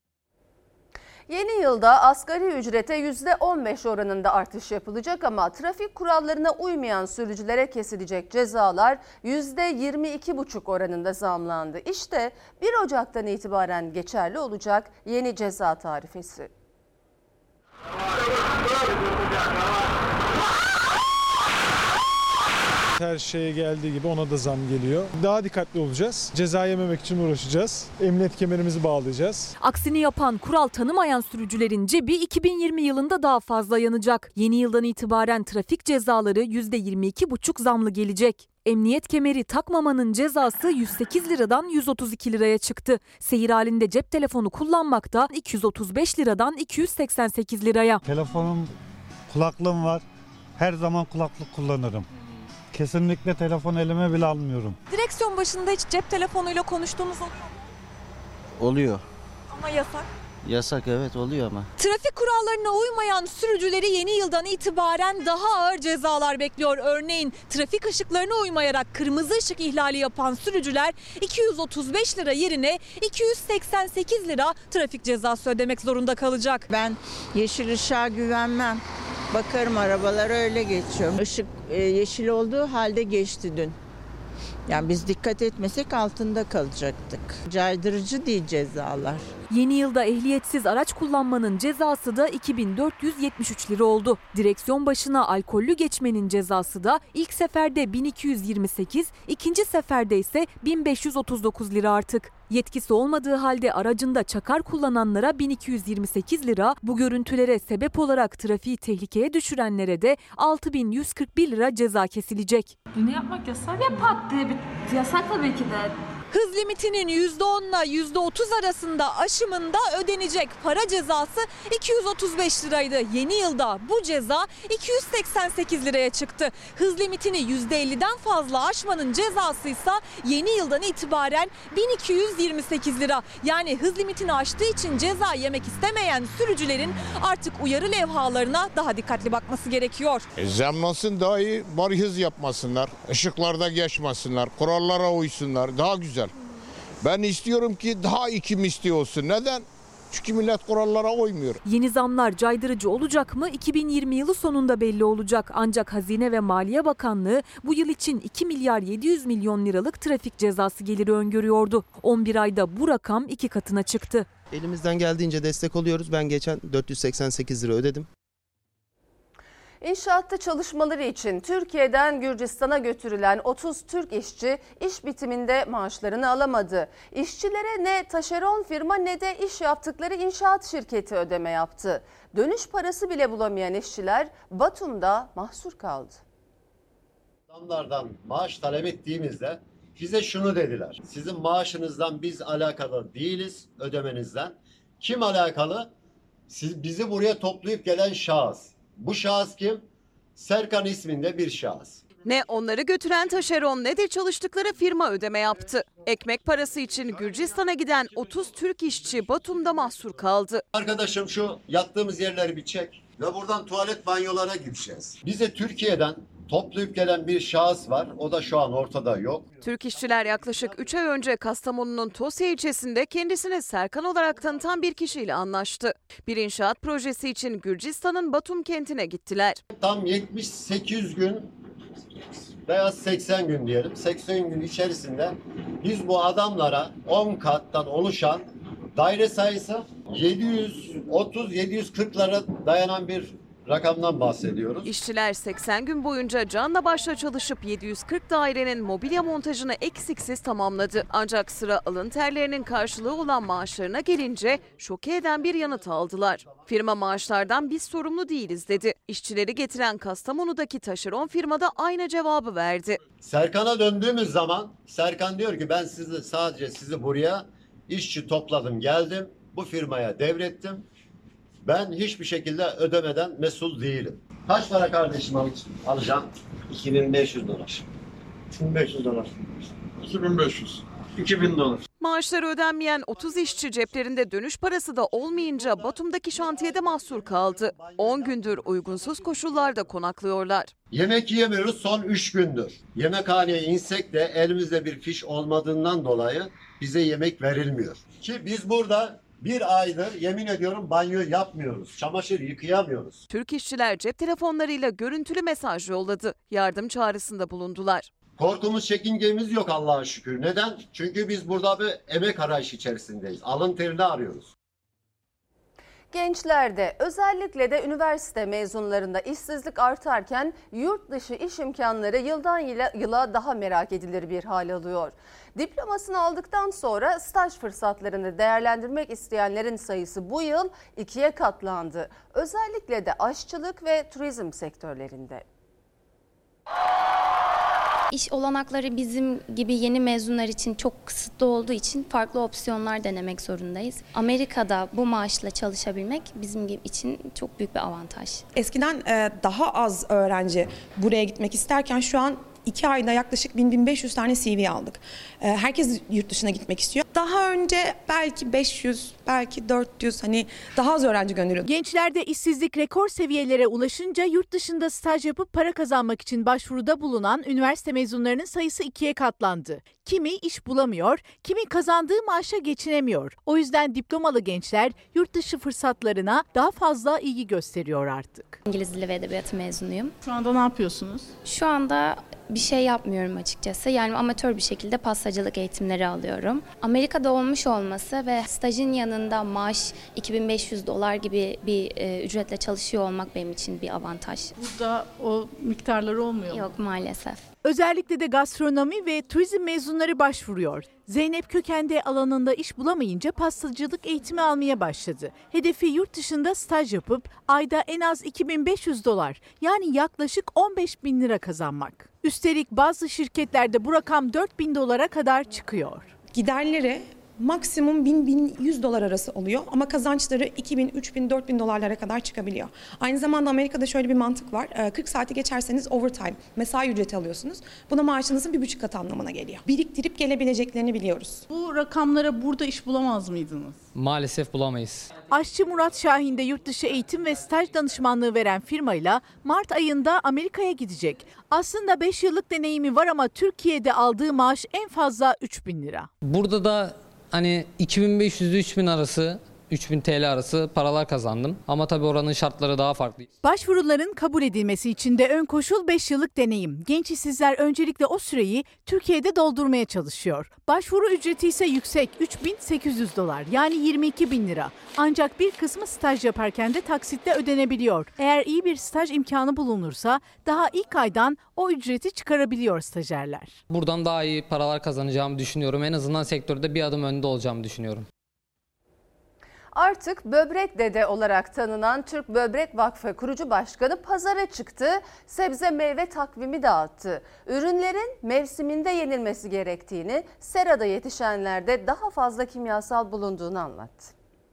Yeni yılda asgari ücrete %15 oranında artış yapılacak ama trafik kurallarına uymayan sürücülere kesilecek cezalar %22,5 oranında zamlandı. İşte 1 Ocak'tan itibaren geçerli olacak yeni ceza tarifesi. Her şeye geldiği gibi ona da zam geliyor. Daha dikkatli olacağız. Ceza yememek için uğraşacağız. Emniyet kemerimizi bağlayacağız. Aksini yapan, kural tanımayan sürücülerin cebi 2020 yılında daha fazla yanacak. Yeni yıldan itibaren trafik cezaları %22,5 zamlı gelecek. Emniyet kemeri takmamanın cezası 108 liradan 132 liraya çıktı. Seyir halinde cep telefonu kullanmak da 235 liradan 288 liraya. Telefonum, kulaklığım var. Her zaman kulaklık kullanırım. Kesinlikle telefon elime bile almıyorum. Direksiyon başında hiç cep telefonuyla konuştuğunuz oluyor mu? Oluyor. Ama yasak. Yasak, evet, oluyor ama. Trafik kurallarına uymayan sürücüleri yeni yıldan itibaren daha ağır cezalar bekliyor. Örneğin trafik ışıklarına uymayarak kırmızı ışık ihlali yapan sürücüler 235 lira yerine 288 lira trafik cezası ödemek zorunda kalacak. Ben yeşil ışığa güvenmem. Bakarım, arabalar öyle geçiyor. Işık yeşil olduğu halde geçti dün. Yani biz dikkat etmesek altında kalacaktık. Caydırıcı değil cezalar. Yeni yılda ehliyetsiz araç kullanmanın cezası da 2473 lira oldu. Direksiyon başına alkollü geçmenin cezası da ilk seferde 1228, ikinci seferde ise 1539 lira artık. Yetkisi olmadığı halde aracında çakar kullananlara 1228 lira, bu görüntülere sebep olarak trafiği tehlikeye düşürenlere de 6141 lira ceza kesilecek. Bunu yapmak yasak. Ya pat diye bir yasak tabii ki de. Hız limitinin %10'la %30 arasında aşımında ödenecek para cezası 235 liraydı. Yeni yılda bu ceza 288 liraya çıktı. Hız limitini %50'den fazla aşmanın cezası ise yeni yıldan itibaren 1228 lira. Yani hız limitini aştığı için ceza yemek istemeyen sürücülerin artık uyarı levhalarına daha dikkatli bakması gerekiyor. Zamlansın, daha iyi bari hız yapmasınlar, ışıklarda geçmesinler, kurallara uysunlar, daha güzel. Ben istiyorum ki daha iki misli olsun. Neden? Çünkü millet kurallara uymuyor. Yeni zamlar caydırıcı olacak mı? 2020 yılı sonunda belli olacak. Ancak Hazine ve Maliye Bakanlığı bu yıl için 2 milyar 700 milyon liralık trafik cezası geliri öngörüyordu. 11 ayda bu rakam 2 katına çıktı. Elimizden geldiğince destek oluyoruz. Ben geçen 488 lira ödedim. İnşaatta çalışmaları için Türkiye'den Gürcistan'a götürülen 30 Türk işçi iş bitiminde maaşlarını alamadı. İşçilere ne taşeron firma ne de iş yaptıkları inşaat şirketi ödeme yaptı. Dönüş parası bile bulamayan işçiler Batum'da mahsur kaldı. Adamlardan maaş talep ettiğimizde bize şunu dediler: sizin maaşınızdan biz alakalı değiliz, ödemenizden. Kim alakalı? Bizi buraya toplayıp gelen şahıs. Bu şahıs kim? Serkan isminde bir şahıs. Ne onları götüren taşeron ne de çalıştıkları firma ödeme yaptı. Ekmek parası için Gürcistan'a giden 30 Türk işçi Batum'da mahsur kaldı. Arkadaşım şu yattığımız yerleri bir çek ve buradan tuvalet banyolara gideceğiz. Bize Türkiye'den toplayıp gelen bir şahıs var. O da şu an ortada yok. Türk işçiler yaklaşık 3 ay önce Kastamonu'nun Tosya ilçesinde kendisini Serkan olarak tanıtan bir kişiyle anlaştı. Bir inşaat projesi için Gürcistan'ın Batum kentine gittiler. Tam 78 gün veya 80 gün diyelim. 80 gün içerisinde biz bu adamlara 10 kattan oluşan daire sayısı 730-740'lara dayanan bir rakamdan bahsediyoruz. İşçiler 80 gün boyunca canla başla çalışıp 740 dairenin mobilya montajını eksiksiz tamamladı. Ancak sıra alın terlerinin karşılığı olan maaşlarına gelince şoke eden bir yanıt aldılar. Firma maaşlardan biz sorumlu değiliz dedi. İşçileri getiren Kastamonu'daki taşeron firmada aynı cevabı verdi. Serkan'a döndüğümüz zaman Serkan diyor ki ben sadece sizi buraya işçi topladım, geldim, bu firmaya devrettim. Ben hiçbir şekilde ödemeden mesul değilim. Kaç para kardeşim alacağım? 2500 dolar. 2500 dolar. 2500. 2000 dolar. Maaşları ödenmeyen 30 işçi ceplerinde dönüş parası da olmayınca Batum'daki şantiyede mahsur kaldı. 10 gündür uygunsuz koşullarda konaklıyorlar. Yemek yiyemiyoruz son 3 gündür. Yemekhaneye insek de elimizde bir fiş olmadığından dolayı bize yemek verilmiyor. Ki biz burada bir aydır yemin ediyorum banyo yapmıyoruz. Çamaşır yıkayamıyoruz. Türk işçiler cep telefonlarıyla görüntülü mesaj yolladı. Yardım çağrısında bulundular. Korkumuz, çekingemiz yok Allah'a şükür. Neden? Çünkü biz burada bir emek arayışı içerisindeyiz. Alın terini arıyoruz. Gençlerde özellikle de üniversite mezunlarında işsizlik artarken yurt dışı iş imkanları yıldan yıla daha merak edilir bir hal alıyor. Diplomasını aldıktan sonra staj fırsatlarını değerlendirmek isteyenlerin sayısı bu yıl 2'ye katlandı. Özellikle de aşçılık ve turizm sektörlerinde. İş olanakları bizim gibi yeni mezunlar için çok kısıtlı olduğu için farklı opsiyonlar denemek zorundayız. Amerika'da bu maaşla çalışabilmek bizim için çok büyük bir avantaj. Eskiden daha az öğrenci buraya gitmek isterken şu an 2 ayda yaklaşık 1000-1500 tane CV aldık. Herkes yurt dışına gitmek istiyor. Daha önce belki 500, belki 400 daha az öğrenci gönderiyorduk. Gençlerde işsizlik rekor seviyelere ulaşınca yurt dışında staj yapıp para kazanmak için başvuruda bulunan üniversite mezunlarının sayısı 2'ye katlandı. Kimi iş bulamıyor, kimi kazandığı maaşa geçinemiyor. O yüzden diplomalı gençler yurt dışı fırsatlarına daha fazla ilgi gösteriyor artık. İngiliz Dili ve Edebiyatı mezunuyum. Şu anda ne yapıyorsunuz? Şu anda bir şey yapmıyorum açıkçası. Yani amatör bir şekilde pastacılık eğitimleri alıyorum. Amerika'da olmuş olması ve stajın yanında maaş $2500 gibi bir ücretle çalışıyor olmak benim için bir avantaj. Burada o miktarları olmuyor mu? Yok maalesef. Özellikle de gastronomi ve turizm mezunları başvuruyor. Zeynep Köken de alanında iş bulamayınca pastacılık eğitimi almaya başladı. Hedefi yurt dışında staj yapıp ayda en az $2500 yani yaklaşık 15.000 lira kazanmak. Üstelik bazı şirketlerde bu rakam $4000 kadar çıkıyor. Giderleri maksimum $1000-1100 arası oluyor ama kazançları $2000, $3000, $4000 kadar çıkabiliyor. Aynı zamanda Amerika'da şöyle bir mantık var. 40 saati geçerseniz overtime, mesai ücreti alıyorsunuz. Buna maaşınızın 1,5 katı anlamına geliyor. Biriktirip gelebileceklerini biliyoruz. Bu rakamlara burada iş bulamaz mıydınız? Maalesef bulamayız. Aşçı Murat Şahin de yurt dışı eğitim ve staj danışmanlığı veren firmayla Mart ayında Amerika'ya gidecek. Aslında 5 yıllık deneyimi var ama Türkiye'de aldığı maaş en fazla 3000 lira. Burada da 2500 ile 3000 arası, 3000 TL arası paralar kazandım. Ama tabii oranın şartları daha farklı. Başvuruların kabul edilmesi için de ön koşul 5 yıllık deneyim. Genç işsizler öncelikle o süreyi Türkiye'de doldurmaya çalışıyor. Başvuru ücreti ise yüksek, $3800 yani 22.000 lira. Ancak bir kısmı staj yaparken de taksitle ödenebiliyor. Eğer iyi bir staj imkanı bulunursa daha ilk aydan o ücreti çıkarabiliyor stajyerler. Buradan daha iyi paralar kazanacağımı düşünüyorum. En azından sektörde bir adım önde olacağımı düşünüyorum. Artık Böbrek Dede olarak tanınan Türk Böbrek Vakfı kurucu başkanı pazara çıktı, sebze meyve takvimi dağıttı. Ürünlerin mevsiminde yenilmesi gerektiğini, serada yetişenlerde daha fazla kimyasal bulunduğunu anlattı.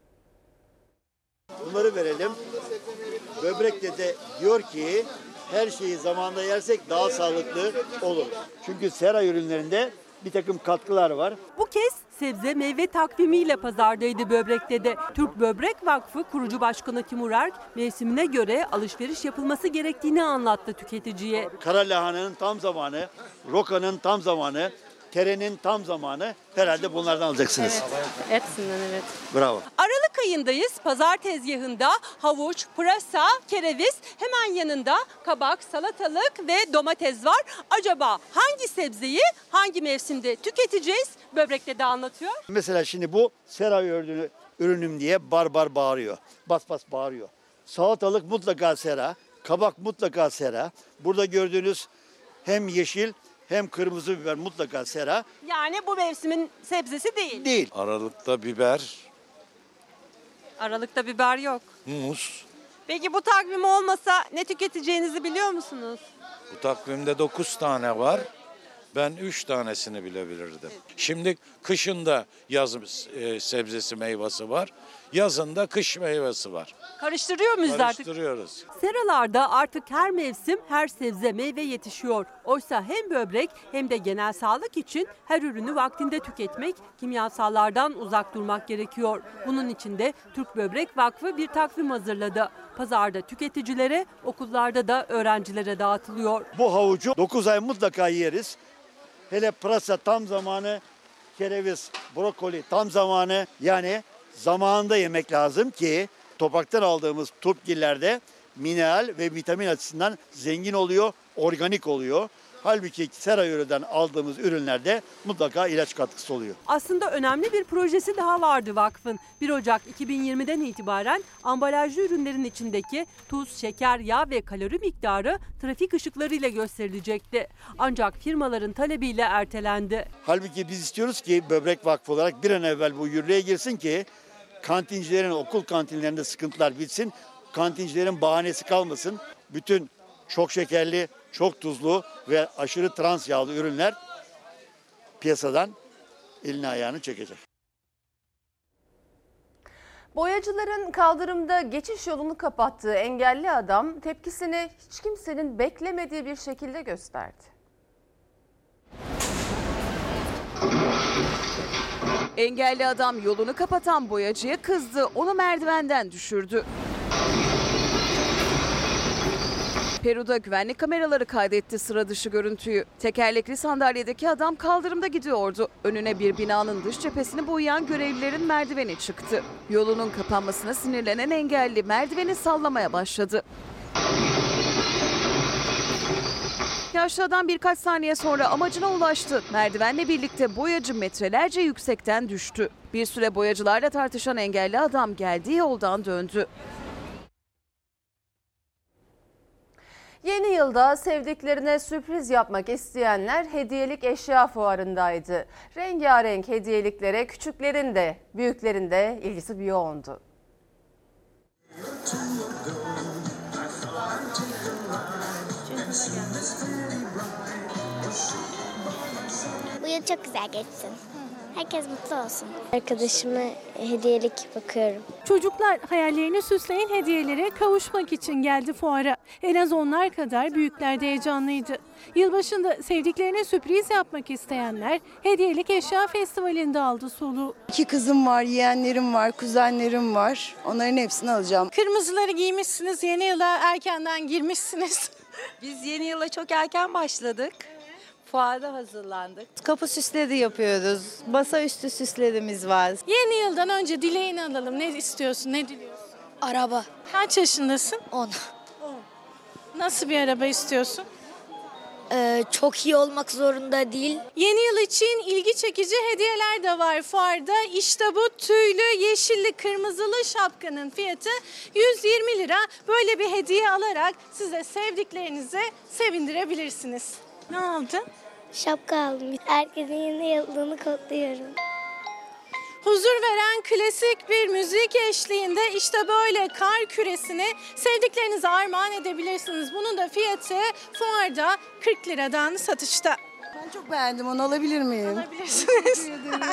Bunları verelim. Böbrek Dede diyor ki her şeyi zamanında yersek daha sağlıklı olur. Çünkü sera ürünlerinde bir takım katkılar var. Bu kez sebze meyve takvimiyle pazardaydı Böbrek Dede. Türk Böbrek Vakfı kurucu başkanı Timur Erk mevsimine göre alışveriş yapılması gerektiğini anlattı tüketiciye. Kara lahananın tam zamanı, rokanın tam zamanı, terenin tam zamanı, herhalde bunlardan alacaksınız. Evet, hepsinden evet. Bravo. Aralık ayındayız. Pazar tezgahında havuç, pırasa, kereviz, hemen yanında kabak, salatalık ve domates var. Acaba hangi sebzeyi hangi mevsimde tüketeceğiz? Böbrek Dede anlatıyor. Mesela şimdi bu sera ürünüm diye barbar bağırıyor. Bas bas bağırıyor. Salatalık mutlaka sera, kabak mutlaka sera. Burada gördüğünüz hem yeşil hem kırmızı biber mutlaka sera. Yani bu mevsimin sebzesi değil. Değil. Aralıkta biber, Aralıkta biber yok. muz. Peki bu takvim olmasa ne tüketeceğinizi biliyor musunuz? Bu takvimde 9 tane var. Ben 3 tanesini bilebilirdim. Şimdi kışında yaz sebzesi meyvesi var. Yazında kış meyvesi var. Karıştırıyor muyuz artık? Karıştırıyoruz. Seralarda artık her mevsim her sebze meyve yetişiyor. Oysa hem böbrek hem de genel sağlık için her ürünü vaktinde tüketmek, kimyasallardan uzak durmak gerekiyor. Bunun için de Türk Böbrek Vakfı bir takvim hazırladı. Pazarda tüketicilere, okullarda da öğrencilere dağıtılıyor. Bu havucu 9 ay mutlaka yeriz. Hele pırasa tam zamanı, kereviz, brokoli tam zamanı. Yani zamanında yemek lazım ki topraktan aldığımız turpgillerde mineral ve vitamin açısından zengin oluyor, organik oluyor. Halbuki sera yöreden aldığımız ürünlerde mutlaka ilaç katkısı oluyor. Aslında önemli bir projesi daha vardı vakfın. 1 Ocak 2020'den itibaren ambalajlı ürünlerin içindeki tuz, şeker, yağ ve kalori miktarı trafik ışıklarıyla gösterilecekti. Ancak firmaların talebiyle ertelendi. Halbuki biz istiyoruz ki Böbrek Vakfı olarak bir an evvel bu yürürlüğe girsin ki kantincilerin, okul kantinlerinde sıkıntılar bitsin. Kantincilerin bahanesi kalmasın. Bütün çok şekerli, çok tuzlu ve aşırı trans yağlı ürünler piyasadan elini ayağını çekecek. Boyacıların kaldırımda geçiş yolunu kapattığı engelli adam tepkisini hiç kimsenin beklemediği bir şekilde gösterdi. Engelli adam yolunu kapatan boyacıya kızdı, onu merdivenden düşürdü. Peru'da güvenlik kameraları kaydetti sıra dışı görüntüyü. Tekerlekli sandalyedeki adam kaldırımda gidiyordu. Önüne bir binanın dış cephesini boyayan görevlilerin merdiveni çıktı. Yolunun kapanmasına sinirlenen engelli merdiveni sallamaya başladı. Yaşlı adam birkaç saniye sonra amacına ulaştı. Merdivenle birlikte boyacı metrelerce yüksekten düştü. Bir süre boyacılarla tartışan engelli adam geldiği yoldan döndü. Yeni yılda sevdiklerine sürpriz yapmak isteyenler hediyelik eşya fuarındaydı. Rengarenk hediyeliklere küçüklerin de büyüklerin de ilgisi yoğundu. Bu yıl çok güzel geçsin. Herkes mutlu olsun. Arkadaşıma hediyelik bakıyorum. Çocuklar hayallerini süsleyen hediyelere kavuşmak için geldi fuara. En az onlar kadar büyükler de heyecanlıydı. Yılbaşında sevdiklerine sürpriz yapmak isteyenler hediyelik eşya festivalinde aldı soluğu. 2 kızım var, yeğenlerim var, kuzenlerim var. Onların hepsini alacağım. Kırmızıları giymişsiniz, yeni yıla erkenden girmişsiniz. Biz yeni yıla çok erken başladık. Fuarda hazırlandık. Kapı süsleri yapıyoruz. Masaüstü süslerimiz var. Yeni yıldan önce dileğini alalım. Ne istiyorsun, ne diliyorsun? Araba. Kaç yaşındasın? 10. Nasıl bir araba istiyorsun? Çok iyi olmak zorunda değil. Yeni yıl için ilgi çekici hediyeler de var fuarda. İşte bu tüylü, yeşilli, kırmızılı şapkanın fiyatı 120 lira. Böyle bir hediye alarak siz de sevdiklerinizi sevindirebilirsiniz. Ne aldın? Şapka aldım. Herkesin yeni yılını kutluyorum. Huzur veren klasik bir müzik eşliğinde işte böyle kar küresini sevdiklerinize armağan edebilirsiniz. Bunun da fiyatı fuarda 40 liradan satışta. Ben çok beğendim, onu alabilir miyim? Alabilirsiniz.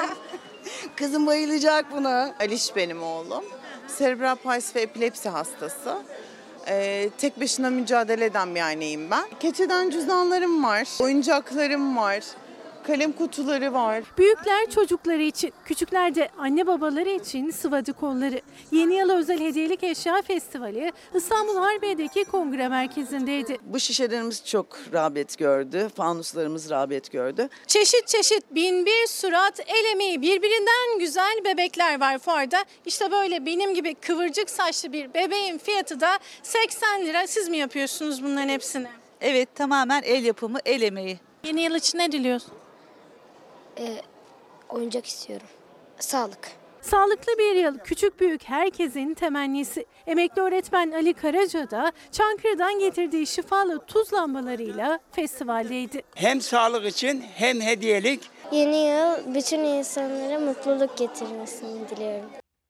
Kızım bayılacak buna. Aliş benim oğlum. Serebral palsi ve epilepsi hastası. Tek başına mücadele eden bir anneyim ben. Keçeden cüzdanlarım var, oyuncaklarım var, kalem kutuları var. Büyükler çocukları için, küçükler de anne babaları için sıvadı kolları. Yeni yıla özel hediyelik eşya festivali İstanbul Harbiye'deki kongre merkezindeydi. Bu şişelerimiz çok rağbet gördü, fanuslarımız rağbet gördü. Çeşit çeşit bin bir surat, el emeği birbirinden güzel bebekler var fuarda. İşte böyle benim gibi kıvırcık saçlı bir bebeğin fiyatı da 80 lira. Siz mi yapıyorsunuz bunların hepsini? Evet, tamamen el yapımı, el emeği. Yeni yıl için ne diliyorsun? Oyuncak istiyorum. Sağlık. Sağlıklı bir yıl küçük büyük herkesin temennisi. Emekli öğretmen Ali Karaca da Çankırı'dan getirdiği şifalı tuz lambalarıyla festivaldeydi. Hem sağlık için hem hediyelik. Yeni yıl bütün insanlara mutluluk getirmesini diliyorum.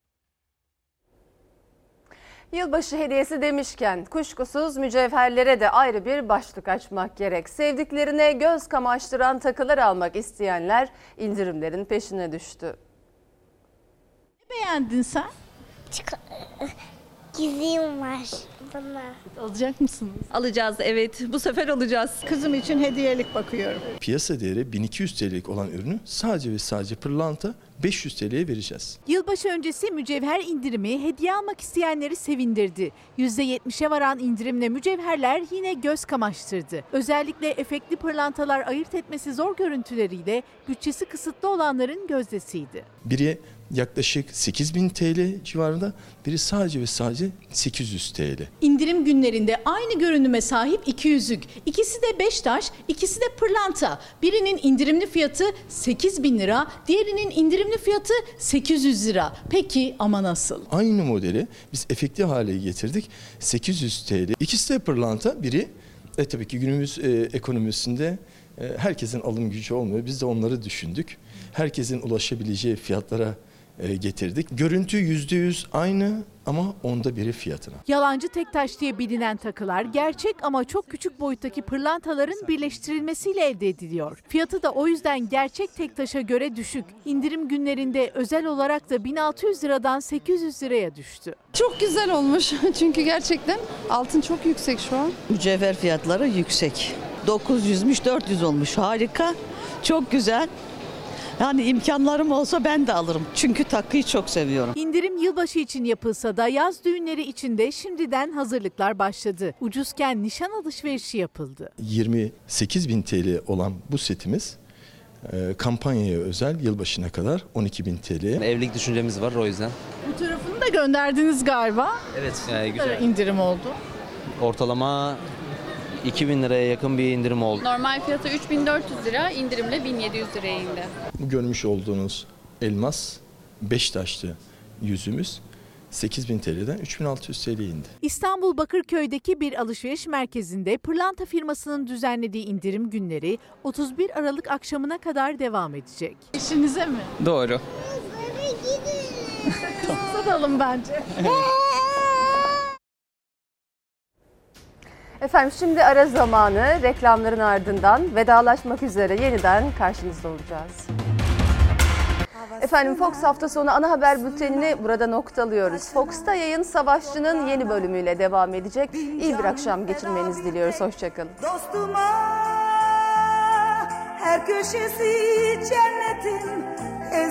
Yılbaşı hediyesi demişken kuşkusuz mücevherlere de ayrı bir başlık açmak gerek. Sevdiklerine göz kamaştıran takılar almak isteyenler indirimlerin peşine düştü. Ne beğendin sen? Gizliğim var bana. Alacak mısınız? Alacağız, evet. Bu sefer alacağız. Kızım için hediyelik bakıyorum. Piyasa değeri 1200 TL'lik olan ürünü sadece ve sadece pırlanta 500 TL'ye vereceğiz. Yılbaşı öncesi mücevher indirimi hediye almak isteyenleri sevindirdi. %70'e varan indirimle mücevherler yine göz kamaştırdı. Özellikle efektli pırlantalar ayırt etmesi zor görüntüleriyle bütçesi kısıtlı olanların gözdesiydi. Biri yaklaşık 8000 TL civarında, biri sadece ve sadece 800 TL. İndirim günlerinde aynı görünüme sahip iki yüzük. İkisi de 5 taş, ikisi de pırlanta. Birinin indirimli fiyatı 8.000 lira, diğerinin indirimli fiyatı 800 lira. Peki ama nasıl? Aynı modeli biz efektli hale getirdik. 800 TL. İkisi de pırlanta, biri tabii ki günümüz ekonomisinde herkesin alım gücü olmuyor. Biz de onları düşündük. Herkesin ulaşabileceği fiyatlara getirdik. Görüntü %100 aynı ama onda biri fiyatına. Yalancı tek taş diye bilinen takılar gerçek ama çok küçük boyuttaki pırlantaların birleştirilmesiyle elde ediliyor. Fiyatı da o yüzden gerçek tek taşa göre düşük. İndirim günlerinde özel olarak da 1600 liradan 800 liraya düştü. Çok güzel olmuş çünkü gerçekten altın çok yüksek şu an. Mücevher fiyatları yüksek. 900'müş 400 olmuş, harika, çok güzel. Yani imkanlarım olsa ben de alırım. Çünkü takıyı çok seviyorum. İndirim yılbaşı için yapılsa da yaz düğünleri için de şimdiden hazırlıklar başladı. Ucuzken nişan alışverişi yapıldı. 28.000 TL olan bu setimiz kampanyaya özel yılbaşına kadar 12.000 TL. Evlilik düşüncemiz var o yüzden. Fotoğrafını da gönderdiniz galiba. Evet. Güzel. İndirim oldu. Ortalama 2.000 liraya yakın bir indirim oldu. Normal fiyatı 3.400 lira, indirimle 1.700 liraya indi. Bu görmüş olduğunuz elmas 5 taşlı yüzümüz 8.000 TL'den 3.600 TL'ye indi. İstanbul Bakırköy'deki bir alışveriş merkezinde Pırlanta firmasının düzenlediği indirim günleri 31 Aralık akşamına kadar devam edecek. İşinize mi? Doğru. Satalım bence. Efendim şimdi ara zamanı, reklamların ardından vedalaşmak üzere yeniden karşınızda olacağız. Efendim Fox hafta sonu ana haber bültenini burada noktalıyoruz. Fox'ta yayın Savaşçı'nın yeni bölümüyle devam edecek. İyi bir akşam geçirmenizi diliyoruz. Hoşçakalın. Dostuma her köşesi cennetin